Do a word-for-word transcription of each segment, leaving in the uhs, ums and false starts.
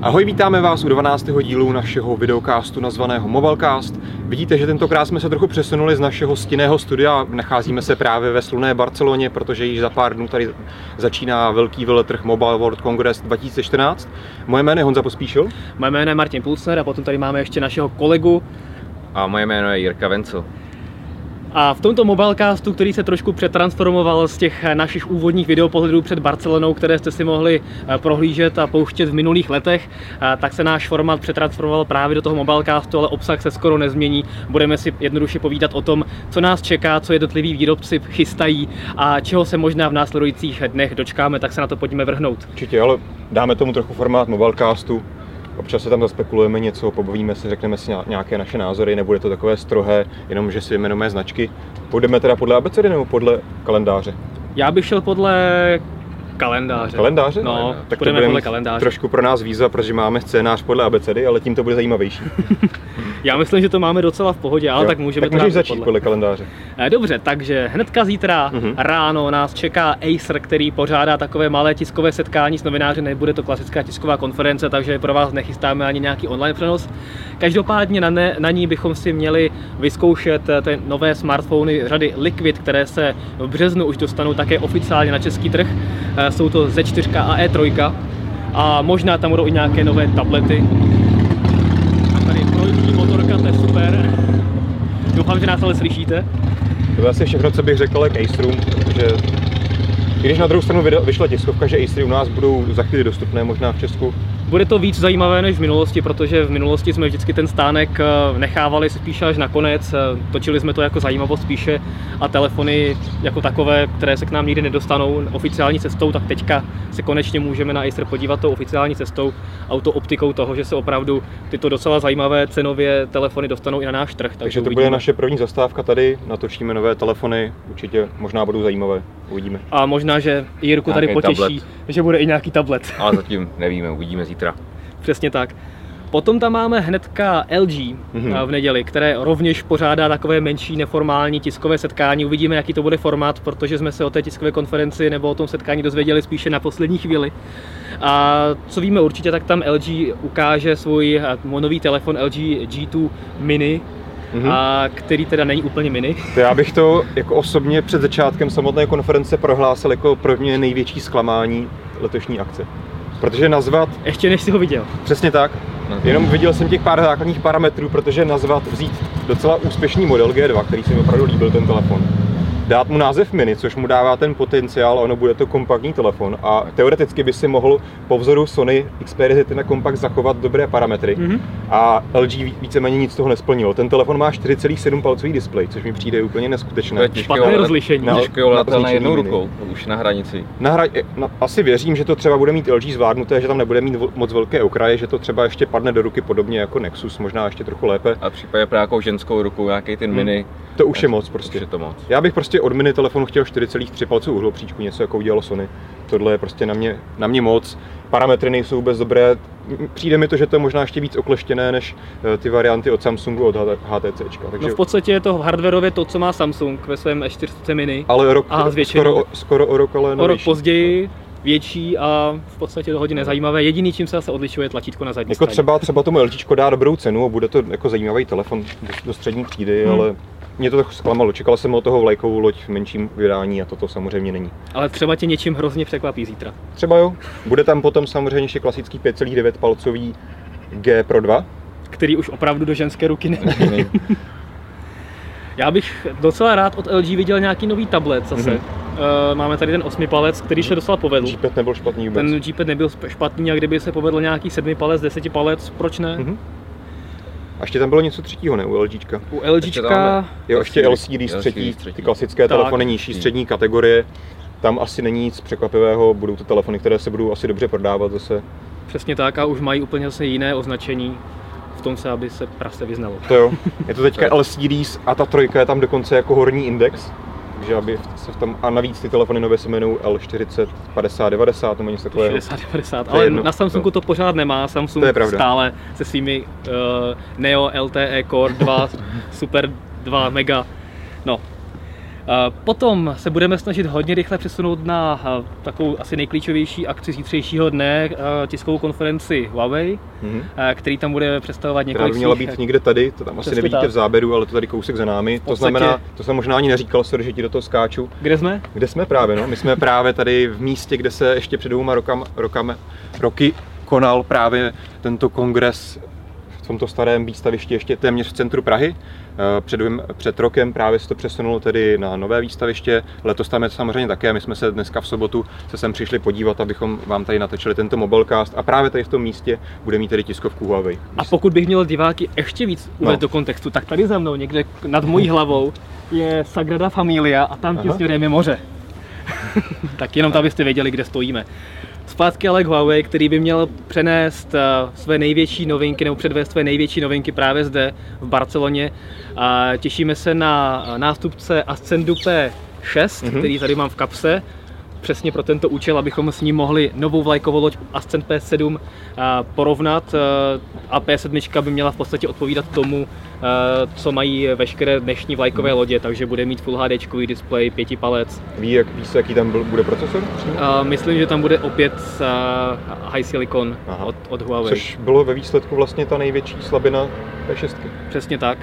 Ahoj, vítáme vás u dvanáctého dílu našeho videocastu nazvaného Mobilecast. Vidíte, že tentokrát jsme se trochu přesunuli z našeho stinného studia. Nacházíme se právě ve slunné Barceloně, protože již za pár dnů tady začíná velký veletrh Mobile World Congress dva tisíce čtrnáct. Moje jméno je Honza Pospíšil. Moje jméno je Martin Pulsner a potom tady máme ještě našeho kolegu. A moje jméno je Jirka Vencel. A v tomto Mobilecastu, který se trošku přetransformoval z těch našich úvodních videopohledů před Barcelonou, které jste si mohli prohlížet a pouštět v minulých letech, tak se náš formát přetransformoval právě do toho Mobilecastu, ale obsah se skoro nezmění. Budeme si jednoduše povídat o tom, co nás čeká, co jednotliví výrobci chystají a čeho se možná v následujících dnech dočkáme, tak se na to pojďme vrhnout. Určitě, ale dáme tomu trochu formát Mobilecastu. Občas se tam zaspekulujeme něco, pobavíme si, řekneme si nějaké naše názory, nebude to takové strohé, jenom že si vyjmenujeme značky. Půjdeme teda podle abecedy nebo podle kalendáře? Já bych šel podle kalendáře. Kalendáře? No, tak půjdeme to podle kalendáře. Trošku pro nás výzva, protože máme scénář podle abecedy, ale tím to bude zajímavější. Já myslím, že to máme docela v pohodě, ale jo, tak můžeme tak to můžeš začít podle. podle kalendáře. Dobře, takže hnedka zítra mm-hmm. ráno nás čeká Acer, který pořádá takové malé tiskové setkání s novináři. Nebude to klasická tisková konference, takže pro vás nechystáme ani nějaký online přenos. Každopádně na, ne, na ní bychom si měli vyzkoušet ty nové smartfony řady Liquid, které se v březnu už dostanou také oficiálně na český trh. Jsou to Z čtyři a E tři a možná tam budou i nějaké nové tablety. Tady trojní motorka, to je super. Doufám, že nás ale slyšíte. To je asi všechno, co bych řekl k Acerům, protože když na druhou stranu vyšla tiskovka, že Acery u nás budou za chvíli dostupné, možná v Česku. Bude to víc zajímavé než v minulosti, protože v minulosti jsme vždycky ten stánek nechávali spíše až nakonec. Točili jsme to jako zajímavost spíše a telefony jako takové, které se k nám nikdy nedostanou oficiální cestou, tak teďka se konečně můžeme na Acer podívat tou oficiální cestou a tou optikou toho, že se opravdu tyto docela zajímavé cenově telefony dostanou i na náš trh. Takže, takže to bude naše první zastávka tady, natočíme nové telefony, určitě možná budou zajímavé, uvidíme. A možná, že Jirku tady potěší, tablet. Že bude i nějaký tablet. Ale zatím nevíme, uvidíme zítra. Přesně tak. Potom tam máme hnedka L G mm-hmm. v neděli, které rovněž pořádá takové menší neformální tiskové setkání. Uvidíme, jaký to bude formát, protože jsme se o té tiskové konferenci nebo o tom setkání dozvěděli spíše na poslední chvíli. A co víme určitě, tak tam L G ukáže svůj nový telefon L G G dva Mini, mm-hmm. a který teda není úplně mini. To já bych to jako osobně před začátkem samotné konference prohlásil jako pro mě největší zklamání letošní akce. Protože nazvat... Ještě než jsi ho viděl. Přesně tak. Jenom viděl jsem těch pár základních parametrů, protože nazvat, vzít docela úspěšný model G dva, který se mi opravdu líbil ten telefon, dát mu název Mini, což mu dává ten potenciál, ono bude to kompaktní telefon a teoreticky by si mohl po vzoru Sony Xperia Z na kompakt zachovat dobré parametry mm-hmm. a L G víceméně nic z toho nesplnilo. Ten telefon má čtyři celá sedm palcový displej, což mi přijde úplně neskutečné. Špatné rozlišení. Těžké ovladatelné jednou rukou, už na hranici. Na hra... na... Asi věřím, že to třeba bude mít L G zvládnuté, že tam nebude mít moc velké okraje, že to třeba ještě padne do ruky podobně jako Nexus, možná ještě trochu lépe. A v případě právě jako ženskou rukou, nějaký ten Mini. Hmm. To už je moc prostě. Už je to moc. Já bych prostě od Mini telefonu chtěl čtyři celá tři palcovou uhlopříčku, něco jako udělalo Sony. Tohle je prostě na mě, na mě moc. Parametry nejsou vůbec dobré. Přijde mi to, že to je možná ještě víc okleštěné než ty varianty od Samsungu, od H T C. Takže... No v podstatě je to hardwareově to, co má Samsung ve svém S čtyři Mini. Ale rok, skoro, skoro o rok, ale o rok později. Větší a v podstatě to hodně nezajímavé. Jediný, čím se zase odlišuje, tlačítko na zadní jako straně. Třeba, třeba tomu LGčko dá dobrou cenu a bude to jako zajímavý telefon do, do střední třídy, hmm. ale mě to tak zklamalo. Čekal jsem od toho vlajkovou loď v menším vydání a toto samozřejmě není. Ale třeba tě něčím hrozně překvapí zítra. Třeba jo. Bude tam potom samozřejmě ještě klasický pět celá devět palcový G Pro dva. Který už opravdu do ženské ruky není. Já bych docela rád od L G viděl nějaký nový tablet zase. Mm-hmm. Máme tady ten osmi palec, který se docela povedl. G pět nebyl špatný vůbec. Ten G pět nebyl špatný a kdyby se povedl nějaký sedmi palec, deseti palec, proč ne? Mm-hmm. A ještě tam bylo něco třetího, ne? U LGčka. U LGčka... Jo, ještě L C D třetí, ty klasické tak. telefony nižší střední kategorie. Tam asi není nic překvapivého, budou to telefony, které se budou asi dobře prodávat zase. Přesně tak a už mají úplně zase jiné označení. V tom se, aby se prase vyznalo. To jo, je to teďka L C Ds a ta trojka je tam dokonce jako horní index. Takže aby se v tom, a navíc ty telefony nově se jmenují L čtyřicet, padesát, devadesát nebo něco takového. šedesát, devadesát, ale jedno. Na Samsungu to pořád nemá, Samsung stále se svými uh, Neo L T E Core dva Super dva Mega. No. Potom se budeme snažit hodně rychle přesunout na takovou asi nejklíčovější akci zítřejšího dne, tiskovou konferenci Huawei, mm-hmm. který tam bude představovat několik. Která by měla být někde tady, to tam asi nevidíte tak v záběru, ale to tady kousek za námi. To znamená, to jsem možná ani neříkal, sorry, že ti do toho skáču. Kde jsme? Kde jsme právě, no? My jsme právě tady v místě, kde se ještě před dvouma rokama, rokama, roky konal právě tento kongres v tomto starém výstavišti ještě téměř v centru Prahy. Před, před rokem právě se to přesunulo tedy na nové výstaviště. Letos tam je samozřejmě také. My jsme se dneska v sobotu se sem přišli podívat, abychom vám tady natočili tento mobilecast a právě tady v tom místě bude mít tedy tiskovku Huawei. A pokud bych měl diváky ještě víc uvést no. do kontextu, tak tady za mnou někde nad mojí hlavou je Sagrada Familia a tam tím směrem je moře. Tak jenom tam abyste věděli, kde stojíme. Zpátky ale k Huawei, který by měl přenést své největší novinky nebo předvést své největší novinky právě zde v Barceloně. A těšíme se na nástupce Ascendu P šest, mm-hmm. který tady mám v kapse. Přesně pro tento účel, abychom s ním mohli novou vlajkovou loď Ascend P sedm porovnat a P sedm by měla v podstatě odpovídat tomu, co mají veškeré dnešní vlajkové lodě, takže bude mít Full HDčkový displej, pěti palec. Ví, jak, ví se, jaký tam bude procesor? Myslím, že tam bude opět High Silicon od, od Huawei. Což bylo ve výsledku vlastně ta největší slabina P šest. Přesně tak.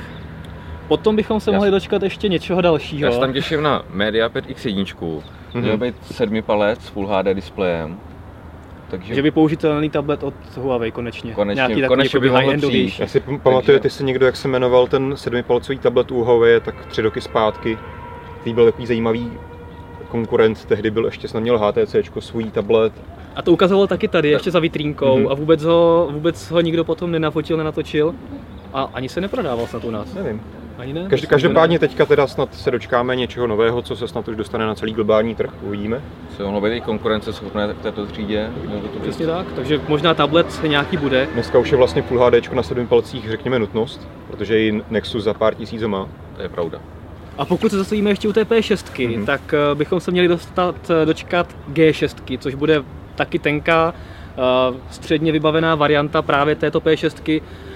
Potom bychom se já mohli dočkat ještě něčeho dalšího. Já se tam těším na Mediapad X jedna, měl být sedmi palec s Full H D displejem. Takže... Že by použitelný tablet od Huawei konečně. Konečně, Nějaký konečně by mohl přijít. Já si pamatuju, ty si někdo, jak se jmenoval ten sedmipalcový tablet u Huawei, tak tři roky zpátky. Který byl takový zajímavý konkurent, tehdy byl ještě snad měl H T C svůj tablet. A to ukazovalo taky tady, ještě za vitrínkou mm-hmm. a vůbec ho, vůbec ho nikdo potom nenafotil, nenatočil. A ani se neprodával snad u nás. Nevím. Ani ne? Každý, každopádně teďka teda snad se dočkáme něčeho nového, co se snad už dostane na celý globální trh, uvidíme. Se mohlo být i konkurenceschopné v této třídě. Přesně tak, takže možná tablet nějaký bude. Dneska už je vlastně Full HDčko na sedmi palcích, řekněme, nutnost, protože i Nexus za pár tisíc má. To je pravda. A pokud se zastavíme ještě u té P šest, mm-hmm. tak bychom se měli dostat, dočkat G šest, což bude taky tenká, středně vybavená varianta právě této P šest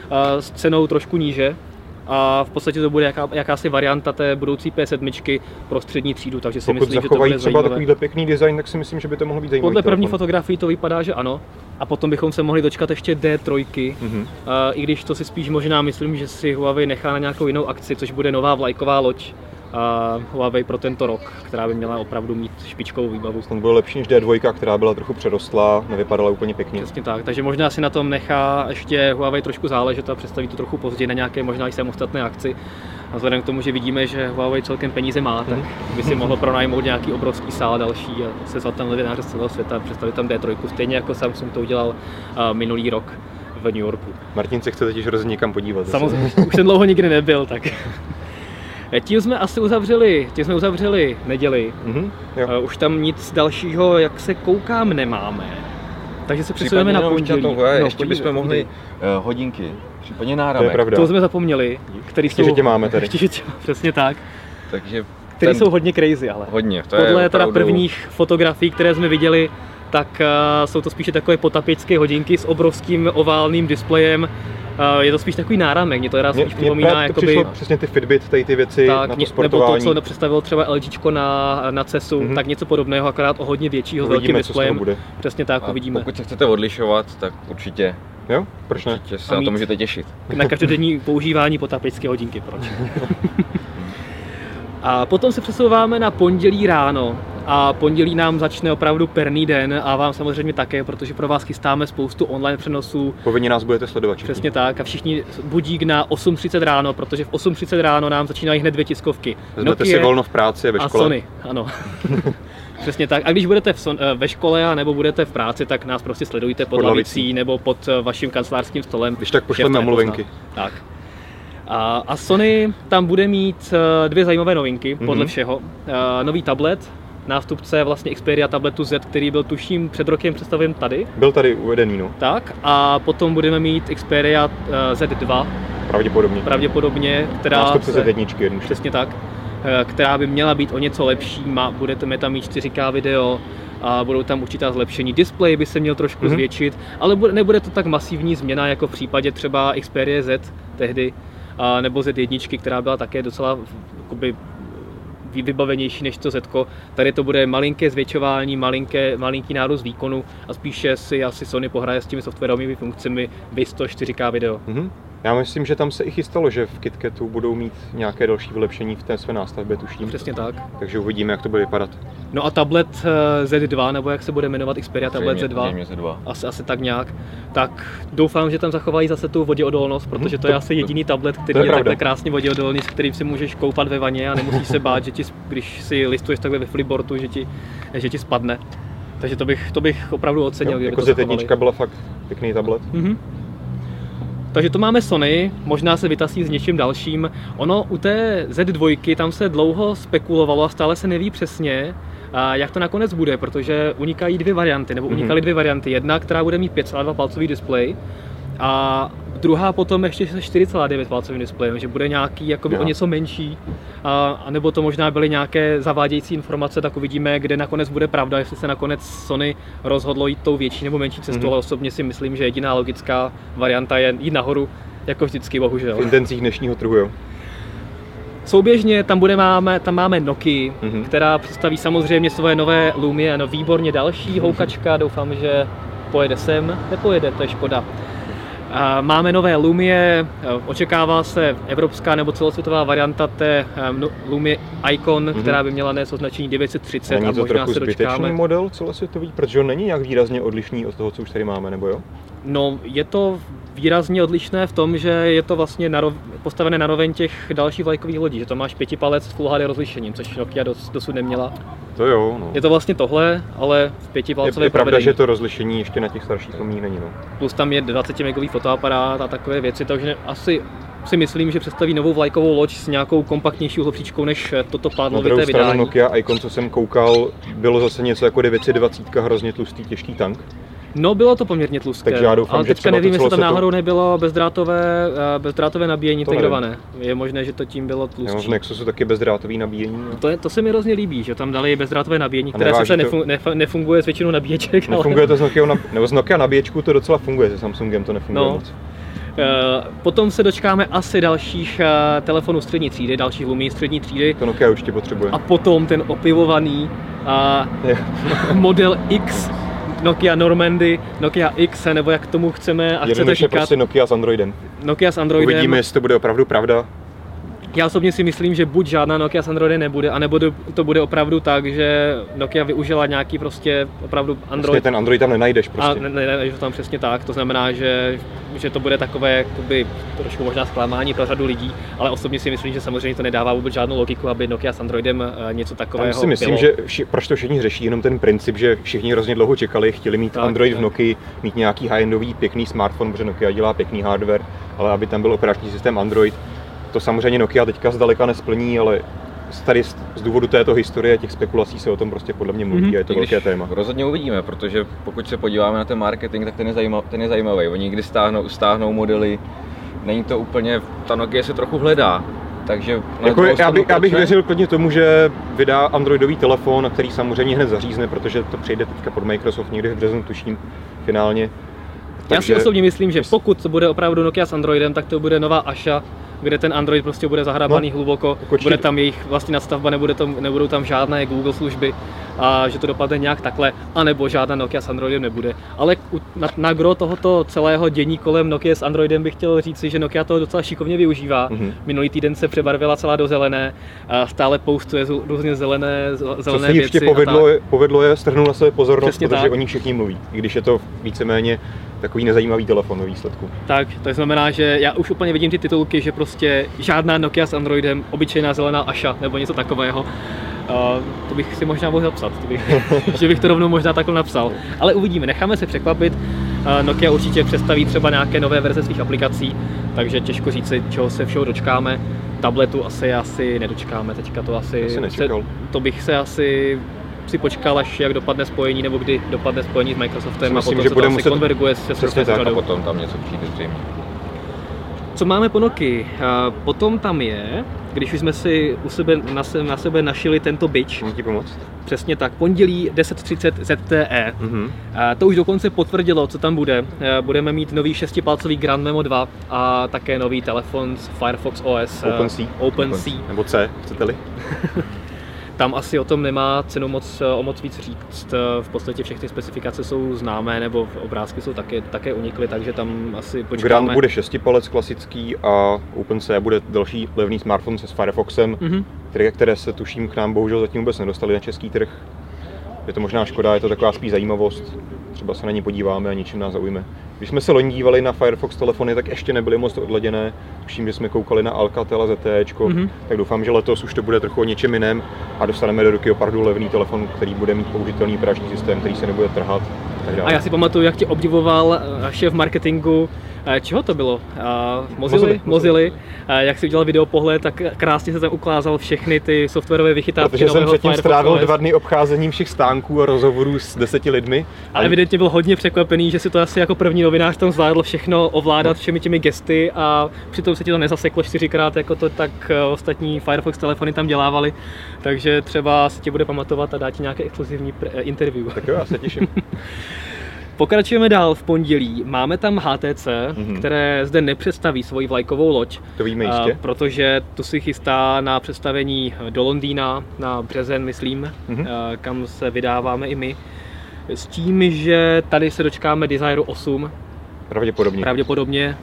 s cenou trošku níže. A v podstatě to bude jaká, jakási varianta té budoucí P sedm pro střední třídu, takže si pokud myslím, že to bude třeba takovýhle pěkný design, tak si myslím, že by to mohlo být zajímavý. Podle první telefon. fotografii to vypadá, že ano. A potom bychom se mohli dočkat ještě D tři, mm-hmm. uh, i když to si spíš možná myslím, že si Huawei nechá na nějakou jinou akci, což bude nová vlajková loď uh, Huawei pro tento rok, která by měla opravdu mít špičkovou výbavu. To bylo lepší než D dva, která byla trochu přerostlá, nevypadala úplně pěkně. Přesně tak, takže možná si na tom nechá ještě Huawei trošku záležet a představí to trochu později na nějaké možná i samostatné akci. A vzhledem k tomu, že vidíme, že Huawei celkem peníze má, tak by si mohlo pronajmout nějaký obrovský sál další a se zvat tam novináře z celého světa a představit tam D tři, stejně jako Samsung to udělal uh, minulý rok v New Yorku. Martin se chce teď hrozně někam podívat. Samozřejmě, už jsem dlouho nikdy nebyl, tak... Tím jsme asi uzavřeli, tím jsme uzavřeli neděli. Mm-hmm, uh, už tam nic dalšího, jak se koukám, nemáme. Takže se přesuneme na pondělí. No, ještě bychom mohli uh, hodinky, případně náramek. To, to jsme zapomněli. Který ještě, jsou, že tě máme tady. Ještě, že tě, přesně tak. Takže který ten... jsou hodně crazy, ale. Hodně, to Podle je teda opravdu... prvních fotografií, které jsme viděli, tak uh, jsou to spíše takové potapické hodinky s obrovským oválným displejem. Uh, je to spíš takový náramek, mě to rád spíš připomíná jakoby... přesně ty Fitbit, tady ty věci tak, na to sportování. Nebo to, co představilo třeba LGčko na, na cesu, mm-hmm. tak něco podobného, akorát o hodně většího s velkým displejem. Přesně tak, a uvidíme. Pokud se chcete odlišovat, tak určitě, jo? Proč ne? určitě se na to můžete těšit. Na každodenní používání potapické hodinky, proč? A potom se přesouváme na pondělí ráno. A pondělí nám začne opravdu perný den a vám samozřejmě také, protože pro vás chystáme spoustu online přenosů. Povinně nás budete sledovat všichni. Přesně tak a všichni budík na osm třicet ráno, protože v osm třicet ráno nám začínají hned dvě tiskovky. Vezmete si volno v práci a ve škole. A Sony, ano. Přesně tak. A když budete v son, ve škole a nebo budete v práci, tak nás prostě sledujte pod, pod lavicí nebo pod vaším kancelářským stolem. Když tak pošleme omluvenky. Tak. A, a Sony tam bude mít dvě zajímavé novinky, podle mm-hmm. všeho. Nový tablet, nástupce vlastně Xperia tabletu Z, který byl tuším před rokem představen tady. Byl tady uvedený, no. Tak a potom budeme mít Xperia Z dva. Pravděpodobně. Pravděpodobně, která... Nástupce Z jedna jednu. Přesně tak. Která by měla být o něco lepší, má, budete tam mít čtyři ká video a budou tam určitá zlepšení. Display by se měl trošku mm-hmm. zvětšit, ale bude, nebude to tak masivní změna jako v případě třeba Xperia Z tehdy, a nebo Z jedna, která byla také docela jakoby, vybavenější než to Zetko. Tady to bude malinké zvětšování, malinké, malinký nárůst výkonu a spíše si asi Sony pohraje s těmi softwarovými funkcemi vys to čtyři ká video. Mm-hmm. Já myslím, že tam se i chystalo, že v KitKatu budou mít nějaké další vylepšení v té své nástavbě, tuším. Přesně tak. Takže uvidíme, jak to bude vypadat. No a tablet zet dva, nebo jak se bude jmenovat Xperia tablet zet dva, zet dva. Asi, asi tak nějak, tak doufám, že tam zachovají zase tu voděodolnost, protože to je asi jediný tablet, který je, je takhle krásně voděodolný, s kterým si můžeš koupat ve vaně a nemusíš se bát, že ti, když si listuješ takhle ve flipboardu, že ti, že ti spadne. Takže to bych, to bych opravdu ocenil, jo, kdyby jako to zachovali. zet jedna byla fakt pěkný tablet. Mm-hmm. Takže to máme Sony, možná se vytasí s něčím dalším. Ono u té zet dva tam se dlouho spekulovalo a stále se neví přesně, jak to nakonec bude, protože unikají dvě varianty, nebo unikaly dvě varianty. Jedna, která bude mít pět celá dva palcový displej a druhá potom ještě se čtyři celá devět palcovým displejem, že bude nějaký jakoby o něco menší, a, a nebo to možná byly nějaké zavádějící informace, tak uvidíme, kde nakonec bude pravda, jestli se nakonec Sony rozhodlo jít tou větší nebo menší cestou, mm-hmm. ale osobně si myslím, že jediná logická varianta je jít nahoru, jako vždycky, bohužel. V intencích dnešního trhu, jo. Souběžně tam, bude máme, tam máme Nokia, mm-hmm. která představí samozřejmě svoje nové Lumie, no výborně další houkačka, doufám, že pojede sem, nepojede, to je škoda. Máme nové Lumie, očekává se evropská nebo celosvětová varianta té Lumie Icon, mm-hmm. která by měla nést označení devět set třicet a možná se dočkáme. Není to trochu zbytečný model celosvětový, protože on není nějak výrazně odlišný od toho, co už tady máme, nebo jo? No, je to výrazně odlišné v tom, že je to vlastně narov, postavené na roveň těch dalších vlajkových lodí, že to máš pětipalec s Full H D rozlišením, což Nokia dos, dosud neměla. To jo, no. Je to vlastně tohle, ale v pětipalcové je, je pravda, že to rozlišení ještě na těch starších Lumii není, no. Plus tam je dvacet megový fotoaparát a takové věci, takže asi si myslím, že představí novou vlajkovou loď s nějakou kompaktnější uhlopříčkou než toto pádlovité vydání. Nokia Icon, co jsem koukal, bylo zase něco jako devět set dvacet, hrozně tlustý, těžký tank. No, bylo to poměrně tlusté, takže já doufám, ale teďka nevím, jestli tam náhodou to... nebylo bezdrátové, bezdrátové nabíjení integrované. Je možné, že to tím bylo tlustší. V Nexusu taky bezdrátový nabíjení. No. To, je, to se mi hrozně líbí, že tam dali bezdrátové nabíjení, které sice to... nefun, nefunguje s většinou nabíječek. Nefunguje ale... to s Nokia, nebo z Nokia nabíječku to docela funguje, se Samsungem to nefunguje no. moc. Potom se dočkáme asi dalších telefonů střední třídy, dalších Lumii střední třídy. To Nokia určitě potřebuje. A potom ten opivovaný a model X, Nokia Normandy, Nokia X, nebo jak tomu chceme a chcete říkat. Prostě Nokia s Androidem. Nokia s Androidem. Uvidíme, jestli to bude opravdu pravda. Já osobně si myslím, že buď žádná Nokia s Androidem nebude, anebo to bude opravdu tak, že Nokia využila nějaký prostě opravdu Android. Vlastně ten Android tam nenajdeš prostě. A nenajdeš tam přesně tak, to znamená, že, že to bude takové jakoby trošku možná zklamání pro řadu lidí, ale osobně si myslím, že samozřejmě to nedává vůbec žádnou logiku, aby Nokia s Androidem něco takového bylo. Já si myslím, bylo. že vši, proč to všichni řeší, jenom ten princip, že všichni hrozně dlouho čekali, chtěli mít tak, Android tak. v Nokii, mít nějaký high-endový pěkný smartphone, protože Nokia dělá pěkný hardware, ale aby tam byl operační systém Android. To samozřejmě Nokia teďka zdaleka nesplní, ale tady z důvodu této historie těch spekulací se o tom prostě podle mě mluví mm-hmm. a je to velké téma. Rozhodně uvidíme, protože pokud se podíváme na ten marketing, tak ten je, zajímav, ten je zajímavý. Oni někdy stáhnou, stáhnou modely, není to úplně, ta Nokia se trochu hledá. Takže jako já, by, já bych věřil klidně tomu, že vydá androidový telefon, který samozřejmě hned zařízne, protože to přijde teďka pod Microsoft někdy v březnu, tuším, finálně. Takže... Já si osobně myslím, že pokud to bude opravdu Nokia s Androidem, tak to bude nová Asha, kde ten Android prostě bude zahrabaný no, hluboko, určitě. Bude tam jejich vlastní nadstavba, nebude tam, nebudou tam žádné Google služby a že to dopadne nějak takhle, anebo žádná Nokia s Androidem nebude. Ale na, na gro tohoto celého dění kolem Nokia s Androidem bych chtěl říci, že Nokia to docela šikovně využívá. Mm-hmm. Minulý týden se přebarvila celá do zelené, a stále postuje různě zelené, zelené Co se jí ještě povedlo, je, povedlo je strhnout na sebe pozornost, přesně protože tak. O ní všichni mluví, i když je to víceméně takový nezajímavý telefon ve výsledku. Tak, to znamená, že já už úplně vidím ty titulky, že prostě žádná Nokia s Androidem, obyčejná zelená Asha nebo něco takového. Uh, to bych si možná mohl zapsat, to bych, že bych to rovnou možná takhle napsal. Ale uvidíme, necháme se překvapit. Uh, Nokia určitě představí třeba nějaké nové verze svých aplikací, takže těžko říct, čeho se všeho dočkáme. Tabletu asi asi nedočkáme, teďka to asi, se, to bych se asi si počkal, až jak dopadne spojení, nebo kdy dopadne spojení s Microsoftem myslím, a potom že se to asi muset... konverguje se Surface řadou. A potom tam něco přijde zřejmě. Co máme po Nokii? Potom tam je, když už jsme si u sebe, na, sebe, na sebe našili tento bič. Můžu ti pomoct? Přesně tak, pondělí deset třicet Z T E. Mm-hmm. To už dokonce potvrdilo, co tam bude. Budeme mít nový šestipalcový Grand Memo dva a také nový telefon s Firefox O S. OpenSea. OpenSea. Nebo C, chcete-li? tam asi o tom nemá cenu moc, o moc víc říct. V podstatě všechny specifikace jsou známé, nebo obrázky jsou také, také unikly, takže tam asi počkáme. Grand bude šestipalec klasický a OpenSea bude další levný smartphone se s Firefoxem, mm-hmm. které, které se tuším k nám bohužel zatím vůbec nedostali na český trh. Je to možná škoda, je to taková spíš zajímavost. Třeba se na ní podíváme a ničím nás zaujme. Když jsme se loni dívali na Firefox telefony, tak ještě nebyly moc odladěné. Tuším, že jsme koukali na Alcatel a Z T E, mm-hmm. tak doufám, že letos už to bude trochu o něčem jiném a dostaneme do ruky opravdu levný telefon, který bude mít použitelný operační systém, který se nebude trhat. A já si pamatuju, jak tě obdivoval šéf marketingu. Čeho to bylo? Mozilla? Mozilla. Jak si udělal video pohled, tak krásně se tam ukázal všechny ty softwarové vychytávky. Protože jsem předtím strávil dva dny obcházením všech stánků a rozhovorů s deseti lidmi. A evidentně byl hodně překvapený, že si to asi jako první novinář tam zvládl všechno ovládat všemi těmi gesty a přitom se ti to nezaseklo čtyřikrát, jako to tak ostatní Firefox telefony tam dělávali. Takže třeba se ti bude pamatovat a dát ti nějaké exkluzivní interview. Tak jo, já se těším. Pokračujeme dál v pondělí. Máme tam H T C, mm-hmm. které zde nepředstaví svoji vlajkovou loď. To víme jistě. Protože tu si chystá na představení do Londýna, na březen, myslím, mm-hmm. kam se vydáváme i my. S tím, že tady se dočkáme Desiru osm. Pravděpodobně. Pravděpodobně.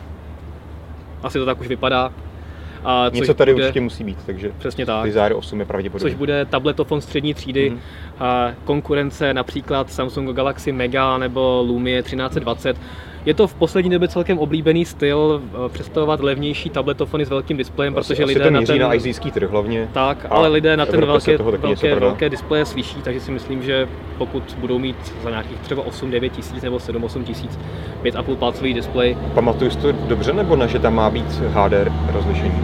Asi to tak už vypadá. A něco tady bude, určitě musí být, takže přesně tak. Desire osm je pravděpodobně. Což bude tabletofon střední třídy, mm. a konkurence například Samsung Galaxy Mega nebo Lumia třináct dvacet. Je to v poslední době celkem oblíbený styl představovat levnější tabletofony s velkým displejem, asi, protože asi lidé na ten na asijský trh hlavně. Tak, ale lidé na ten velké, velké, velké displeje slyší, takže si myslím, že pokud budou mít za nějakých třeba osm devět tisíc nebo sedm osm tisíc pět a půl palcový displej. Pamatuju si to dobře, nebo ne, že tam má být H D rozlišení?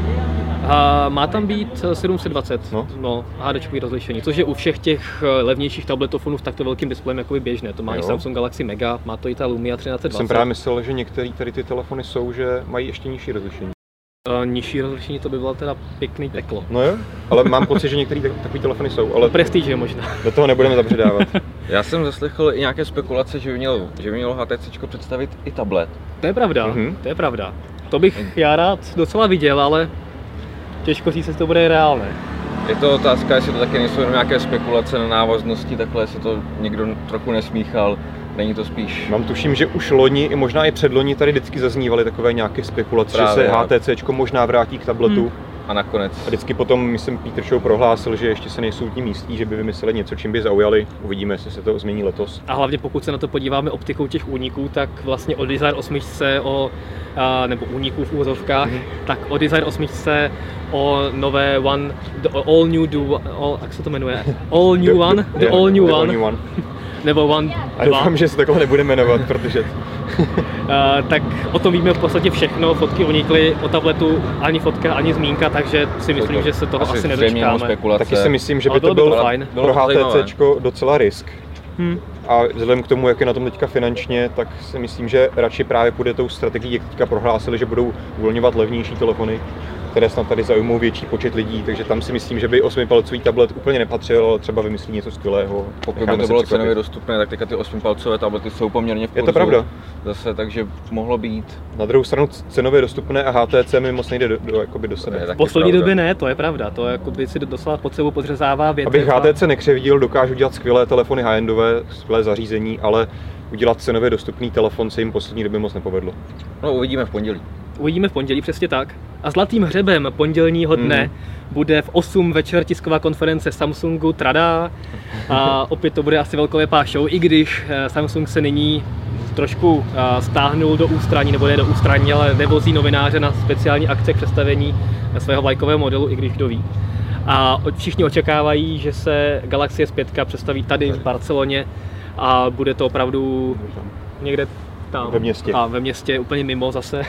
A má tam být sedm set dvacet, no, no HDčkový rozlišení, což je u všech těch levnějších tabletofonů v takto velkým displejem jakoby běžné. To má jo. i Samsung Galaxy Mega, má to i ta Lumia třináct dvacet. Jsem právě myslel, že některé tady ty telefony jsou, že mají ještě nižší rozlišení. Uh, nižší rozlišení, to by bylo teda pěkný peklo. No jo, ale mám pocit, že některé takové telefony jsou, ale Prestige možná. Do toho nebudeme zabředávat. Já jsem zaslechl i nějaké spekulace, že by mělo, že by mělo HTCčko představit i tablet. To je pravda, mm-hmm. to je pravda. To bych já rád docela viděl, ale těžko říct, jestli to bude reálné. Je to otázka, jestli to taky nejsou jenom nějaké spekulace na návaznosti, takhle se to někdo trochu nesmíchal. Není to spíš... Mám tuším, že už loni i možná i předloni tady vždycky zaznívaly takové nějaké spekulace, Právě, že se HTCčko možná vrátí k tabletu. Hmm. A nakonec. A vždycky potom, myslím, Peter Show prohlásil, že ještě se nejsou tím jistí, že by vymysleli něco, čím by zaujali. Uvidíme, jestli se to změní letos. A hlavně pokud se na to podíváme optikou těch úniků, tak vlastně o Desire osm, o, a, nebo úniků v úvozovkách, mm-hmm. tak o Desire osm, o nové One, the all new, do, all, jak se to jmenuje? All new the, one? The, the, all new the one. All new one. Nebo One A doufám, že se takhle nebude jmenovat, protože... uh, tak o tom víme v podstatě všechno, fotky unikly, o tabletu ani fotka, ani zmínka, takže si myslím, to, že se toho asi, asi nedočkáme. Taky si myslím, že by to, to byl pro HTCčko docela risk. Hmm. A vzhledem k tomu, jak je na tom teďka finančně, tak si myslím, že radši právě půjde tou strategií, jak teďka prohlásili, že budou uvolňovat levnější telefony, které snad tady zaujmou větší počet lidí, takže tam si myslím, že by osmipalcový tablet úplně nepatřil, ale třeba vymyslí něco skvělého. Pokud by to bylo cenově dostupné, tak teďka ty osmipalcové tablety jsou poměrně v kurzu. Je to pravda. Zase, takže mohlo být. Na druhou stranu cenově dostupné a H T C mi moc nejde do, do, jakoby do sebe. V poslední době ne, to je pravda, to jakoby si doslova pod sebou podřezává větev. Abych H T C nekřevidil, dokážu dělat skvělé telefony high-endové, skvělé zařízení, ale udělat cenově dostupný telefon se jim poslední době moc nepovedlo. No, uvidíme v pondělí. Uvidíme v pondělí, přesně tak. A zlatým hřebem pondělního dne mm. bude v osm večer tisková konference Samsungu, tradá. A opět to bude asi velkolepá show, i když Samsung se nyní trošku stáhnul do ústraní, nebo ne do ústraní, ale nevozí novináře na speciální akce k představení svého vlajkového modelu, i když kdo ví. A všichni očekávají, že se Galaxy S pět představí tady v Barceloně a bude to opravdu někde tam. Ve městě. A ve městě, úplně mimo zase.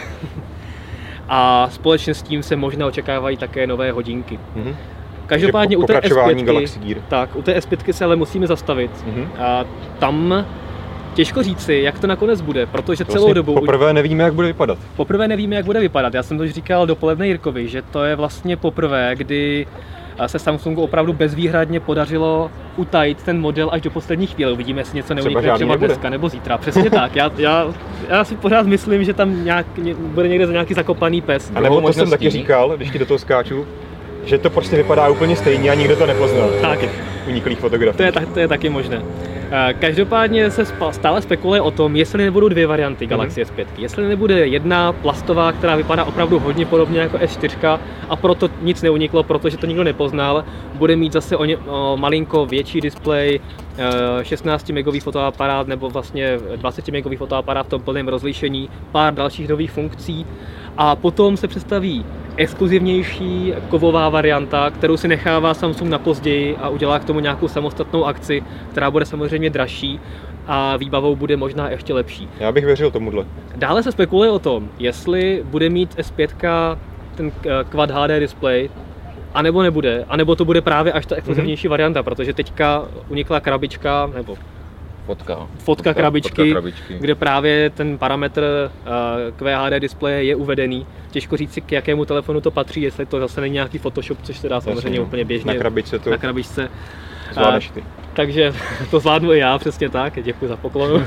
A společně s tím se možná očekávají také nové hodinky. Mm-hmm. Každopádně po, u té S pět, tak, u té S pět se ale musíme zastavit. Mm-hmm. A tam těžko říci, jak to nakonec bude, protože to celou vlastně dobu... Poprvé nevíme, jak bude vypadat. Poprvé nevíme, jak bude vypadat. Já jsem to už říkal dopoledne Jirkovi, že to je vlastně poprvé, kdy se Samsungu opravdu bezvýhradně podařilo utajit ten model až do poslední chvíle. Uvidíme, jestli něco neunikne třeba dneska nebo zítra. Přesně tak. Já, já, já si pořád myslím, že tam nějak, bude někde za nějaký zakopaný pes. A nebo to jsem taky říkal, když ti do toho skáču, že to prostě vypadá úplně stejně a nikdo to nepoznal. Tak. Uniklých fotografií. To je, to je taky možné. Každopádně se stále spekuluje o tom, jestli nebudou dvě varianty Galaxy mm-hmm. S pět. Jestli nebude jedna plastová, která vypadá opravdu hodně podobně jako S čtyři a proto nic neuniklo, protože to nikdo nepoznal, bude mít zase o, ně, o malinko větší displej, šestnáctimegový fotoaparát nebo vlastně dvacetimegový fotoaparát v tom plném rozlišení, pár dalších nových funkcí a potom se představí exkluzivnější kovová varianta, kterou si nechává Samsung na později a udělá k tomu nějakou samostatnou akci, která bude samozřejmě dražší a výbavou bude možná ještě lepší. Já bych věřil tomuhle. Dále se spekuluje o tom, jestli bude mít S pět ten Quad H D display, anebo nebude, anebo to bude právě až ta exkluzivnější mm-hmm. varianta, protože teďka unikla krabička, nebo Fotka. Fotka, fotka, krabičky, fotka krabičky, kde právě ten parametr uh, Q H D displeje je uvedený. Těžko říct si, k jakému telefonu to patří, jestli to zase není nějaký Photoshop, což se dá samozřejmě Jasně, úplně běžně. Na krabičce to na krabičce. zvládneš ty. Uh, takže to zvládnu i já, přesně tak, děkuji za poklonu.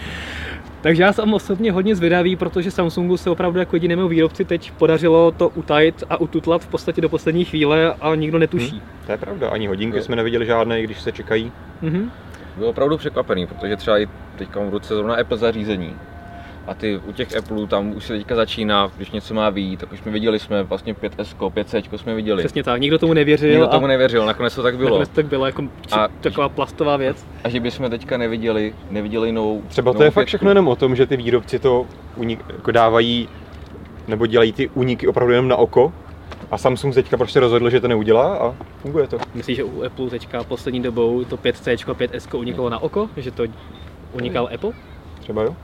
Takže já jsem osobně hodně zvědavý, protože Samsungu se opravdu jako jedinému výrobci teď podařilo to utajit a ututlat v podstatě do poslední chvíle a nikdo netuší. Hmm, to je pravda, ani hodinky no. jsme neviděli žádné, když se čekají. Mm-hmm. Byl opravdu překvapený, protože třeba i teďka v ruce zrovna Apple zařízení. A ty u těch Appleů tam už se teďka začíná, když něco má vyjít, tak už jsme viděli jsme vlastně pět S, pět C jsme viděli. Přesně tak, nikdo tomu nevěřil. Nikdo tomu nevěřil, nakonec to tak bylo. Nakonec to tak bylo, jako a, taková plastová věc. A že bychom teďka neviděli, neviděli novou Třeba to novou je fakt pětku. všechno jenom o tom, že ty výrobci to unik, jako dávají, nebo dělají ty úniky opravdu jenom na oko. A Samsung teďka prostě rozhodl, že to neudělá a funguje to. Myslíš, že u Apple teďka poslední dobou to pět C, pět S unikalo na oko? Že to unikal ne. Apple? Třeba jo.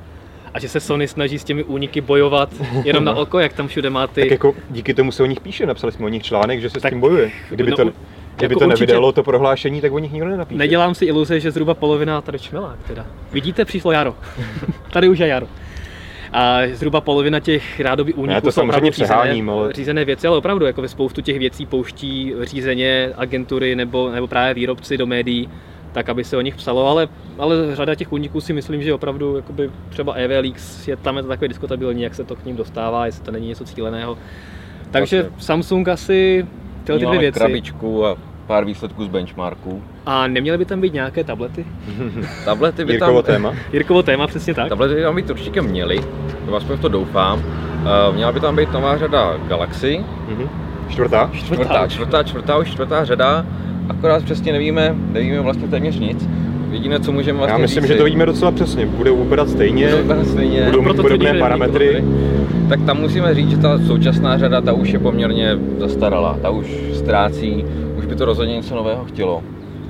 A že se Sony snaží s těmi úniky bojovat jenom na oko, jak tam všude má ty... Tak jako díky tomu se o nich píše, napsali jsme o nich článek, že se tak, s tím bojuje. Kdyby no, to, kdyby jako to nevydalo to prohlášení, tak o nich nikdo nenapíše. Nedělám si iluze, že zhruba polovina tady čmelák teda. Vidíte, přišlo jaro. Tady už je jaro. A zhruba polovina těch rádoby úniků to jsou opravdu přeháním, řízené, ale... řízené věci, ale opravdu jako ve spoustu těch věcí pouští řízeně agentury nebo, nebo právě výrobci do médií, tak aby se o nich psalo, ale, ale řada těch úniků si myslím, že opravdu jakoby třeba E V Leaks je tam je to takové diskutabilní, jak se to k ním dostává, jestli to není něco cíleného. Takže vlastně. Samsung asi tyhle dvě věci. Krabičku a pár výsledků z benchmarku. A neměly by tam být nějaké tablety? Tablety by Jirkovo tam... téma. Jirkovo téma, přesně tak. Tablety by tam být určitě měly, to aspoň v to doufám. Uh, měla by tam být nová řada Galaxy. Mm-hmm. Čtvrtá? Čtvrtá, čtvrtá, čtvrtá, už čtvrtá řada. Akorát přesně nevíme, nevíme vlastně téměř nic. Jediné, co můžeme vlastně Já myslím, říci, že to víme docela přesně. Bude vypadat stejně, budou vypadat stejně, budou mít podobné parametry. Tak tam musíme říct, že ta současná řada, ta už je poměrně zastaralá. Ta už ztrácí, už by to rozhodně něco nového chtělo.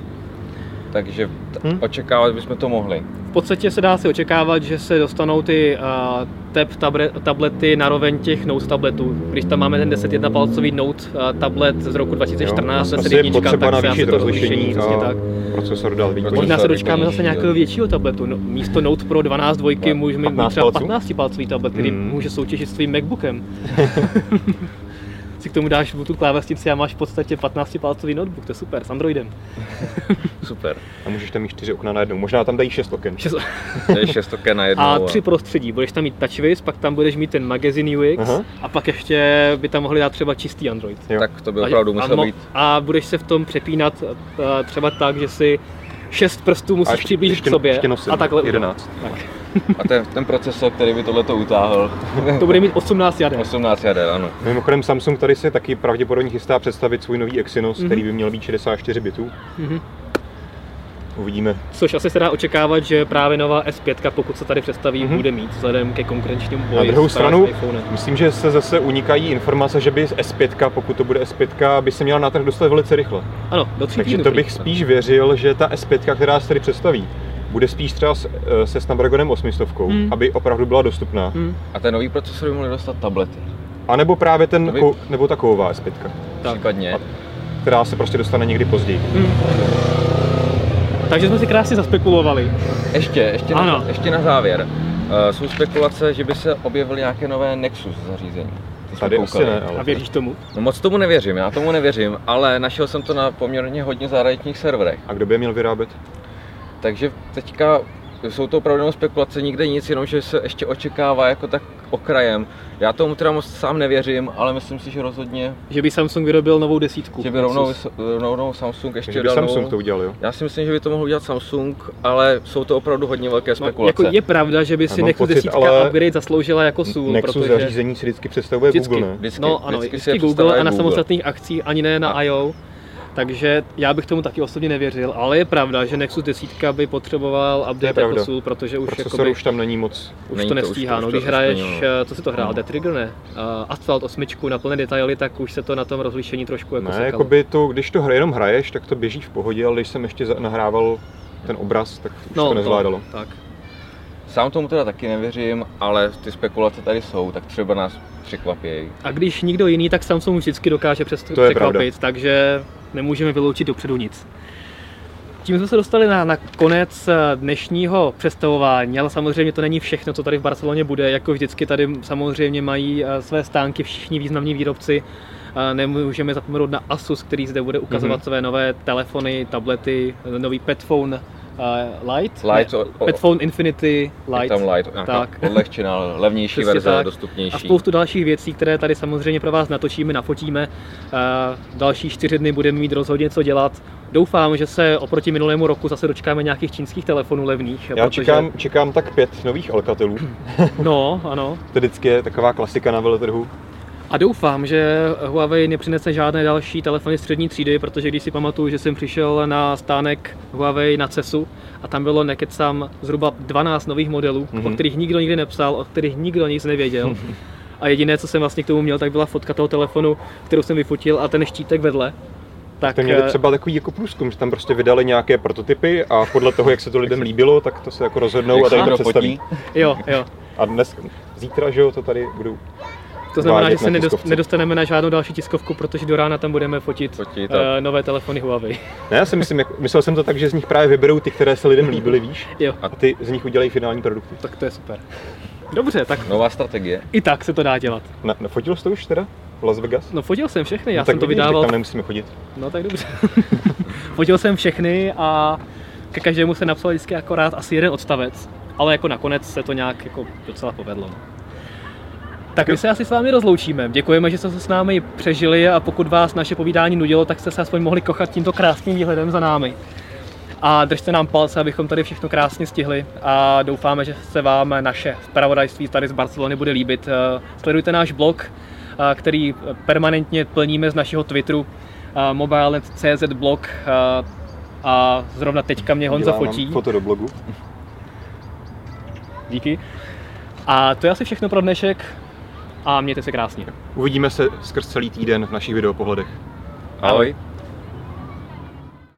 Takže t- hmm? očekávat bychom to mohli. V podstatě se dá si očekávat, že se dostanou ty uh, tab tablet, tablety na roveň těch Note tabletů. Když tam máme ten deset jedna palcový Note uh, tablet z roku dva tisíce čtrnáct, asi je potřeba navýšit rozlišení a tak. procesor dát výkonnější. Možná se dočkáme zase nějakého většího tabletu. No, místo Note Pro dvanáct dvojky můžeme mít třeba patnáctipalcový tablet, který hmm. může soutěžit s tvým MacBookem. Si k tomu dáš tu klávesnici a máš v podstatě patnáctipalcový notebook, to je super, s Androidem. Super. A můžeš tam mít čtyři okna najednou, možná tam dají šest oken. Šest... je šest oken najednou. A tři prostředí, budeš tam mít TouchWiz, pak tam budeš mít ten Magazine U X Aha. a pak ještě by tam mohli dát třeba čistý Android. Jo. Tak to by opravdu muselo být. A budeš se v tom přepínat třeba tak, že si šest prstů musíš ještě, přiblížit ještě, k sobě ještě nosím, a takhle jedenáct. Tak. A ten, ten procesor, který by tohleto utáhl. To bude mít osmnáct jader. osmnáct jader, ano. Mimochodem Samsung tady se taky pravděpodobně chystá představit svůj nový Exynos, mm-hmm. který by měl být šedesát čtyři bitů. Mm-hmm. Uvidíme. Což asi se dá očekávat, že právě nová S pět, pokud se tady představí, mm-hmm. bude mít vzhledem ke konkurenčnímu boji. Na druhou stranu, myslím, že se zase unikají informace, že by S pět, pokud to bude S pět, by se měla na trh dostat velice rychle. Ano, do tří Takže to bych spíš věřil, že ta S pět, která se tady představí, bude spíš třeba se Snapdragonem osm set, hmm. aby opravdu byla dostupná. Hmm. A ten nový procesor by mohli dostat tablety. A nebo právě ten, by... ko, nebo ta kovová S pět. Případně. Která se prostě dostane někdy později. Hmm. Takže jsme si krásně zaspekulovali. Ještě, ještě, na, ještě na závěr. Uh, jsou spekulace, že by se objevily nějaké nové Nexus zařízení. Tady asi ne, ale... A věříš tomu? No moc tomu nevěřím, já tomu nevěřím, ale našel jsem to na poměrně hodně záradních serverech. A kdo by je měl vyrábět? Takže teďka jsou to opravdu spekulace, nikde nic, jenom že se ještě očekává jako tak okrajem. Já tomu teda moc sám nevěřím, ale myslím si, že rozhodně... Že by Samsung vyrobil novou desítku. Že by rovnou, rovnou Samsung ještě že by dal Samsung novou... to udělal, jo? Já si myslím, že by to mohl udělat Samsung, ale jsou to opravdu hodně velké spekulace. No, jako je pravda, že by si Nexus desítka upgrade zasloužila jako sůl, Nexus protože... zařízení si vždycky představuje vždycky, Google, ne? Vždycky, no ano, vždycky, vždycky Google a na samostatných akcích, ani ne na I O. Takže já bych tomu taky osobně nevěřil, ale je pravda, že Nexus desítka by potřeboval update jako sůl, protože už jakoby, už tam není moc. Už není to to, nestíhá, už to, no, už když to hraješ, splnilo. co si to hrál, Death Trigger ne, uh, Asphalt osm na plné detaily, tak už se to na tom rozlišení trošku jako ne, sekalo. jakoby to, když to jenom hraješ, tak to běží v pohodě, ale když jsem ještě nahrával ten obraz, tak už no, to nezvládalo. No, tak. Sám tomu teda taky nevěřím, ale ty spekulace tady jsou, tak třeba nás překvapí. A když nikdo jiný, tak Samsung vždycky dokáže přes to překvapit, takže nemůžeme vyloučit dopředu nic. Tím jsme se dostali na, na konec dnešního představování, ale samozřejmě to není všechno, co tady v Barceloně bude. Jako vždycky tady samozřejmě mají své stánky všichni významní výrobci. Nemůžeme zapomenout na Asus, který zde bude ukazovat mm-hmm. své nové telefony, tablety, nový Petphone Uh, Lite, Lite ne, o, Petphone Infinity Lite, tam Lite, tak. Odlehčená, levnější verze, tak. Dostupnější. A spoustu dalších věcí, které tady samozřejmě pro vás natočíme, nafotíme. Uh, další čtyři dny budeme mít rozhodně co dělat. Doufám, že se oproti minulému roku zase dočkáme nějakých čínských telefonů levných. Já protože... čekám, čekám tak pět nových Alcatelů. No, ano. To vždycky je taková klasika na veletrhu. A doufám, že Huawei nepřinese žádné další telefony střední třídy, protože když si pamatuju, že jsem přišel na stánek Huawei na CESu a tam bylo nekecám zhruba dvanáct nových modelů, mm-hmm. o kterých nikdo nikdy nepsal, o kterých nikdo nic nevěděl. A jediné, co jsem vlastně k tomu měl, tak byla fotka toho telefonu, kterou jsem vyfotil a ten štítek vedle. Tak to měli třeba takový jako průzkum, že tam prostě vydali nějaké prototypy a podle toho, jak se to lidem líbilo, tak to se jako rozhodnou a tady to představí. Jo, jo. A dnes, zítra, že jo, to tady budou. To znamená, že se nedostaneme na žádnou další tiskovku, protože do rána tam budeme fotit, fotit uh, nové telefony Huawei. Ne, já si myslím, jak, myslel jsem to tak, že z nich právě vyberou ty, které se lidem líbily, víš? Jo. A ty z nich udělají finální produkty. Tak to je super. Dobře, tak nová strategie. I tak se to dá dělat. Na, fotil jsi to už teda? V Las Vegas? No fotil jsem všechny, já no, jsem to vidíš, vydával. Tak tam nemusíme chodit. No tak dobře. Fotil jsem všechny a ke každému se napsal vždycky akorát asi jeden odstavec, ale jako nakonec se to nějak jako docela povedlo. Tak my se asi s vámi rozloučíme. Děkujeme, že jste se s námi přežili a pokud vás naše povídání nudilo, tak jste se aspoň mohli kochat tímto krásným výhledem za námi. A držte nám palce, abychom tady všechno krásně stihli a doufáme, že se vám naše zpravodajství tady z Barcelony bude líbit. Sledujte náš blog, který permanentně plníme z našeho Twitteru, mobile tečka cé zet blog a zrovna teďka mě Honza fotí. Foto do blogu. Díky. A to je asi všechno pro dnešek. A mějte se krásně. Uvidíme se skrz celý týden v našich videopohledech. Ahoj.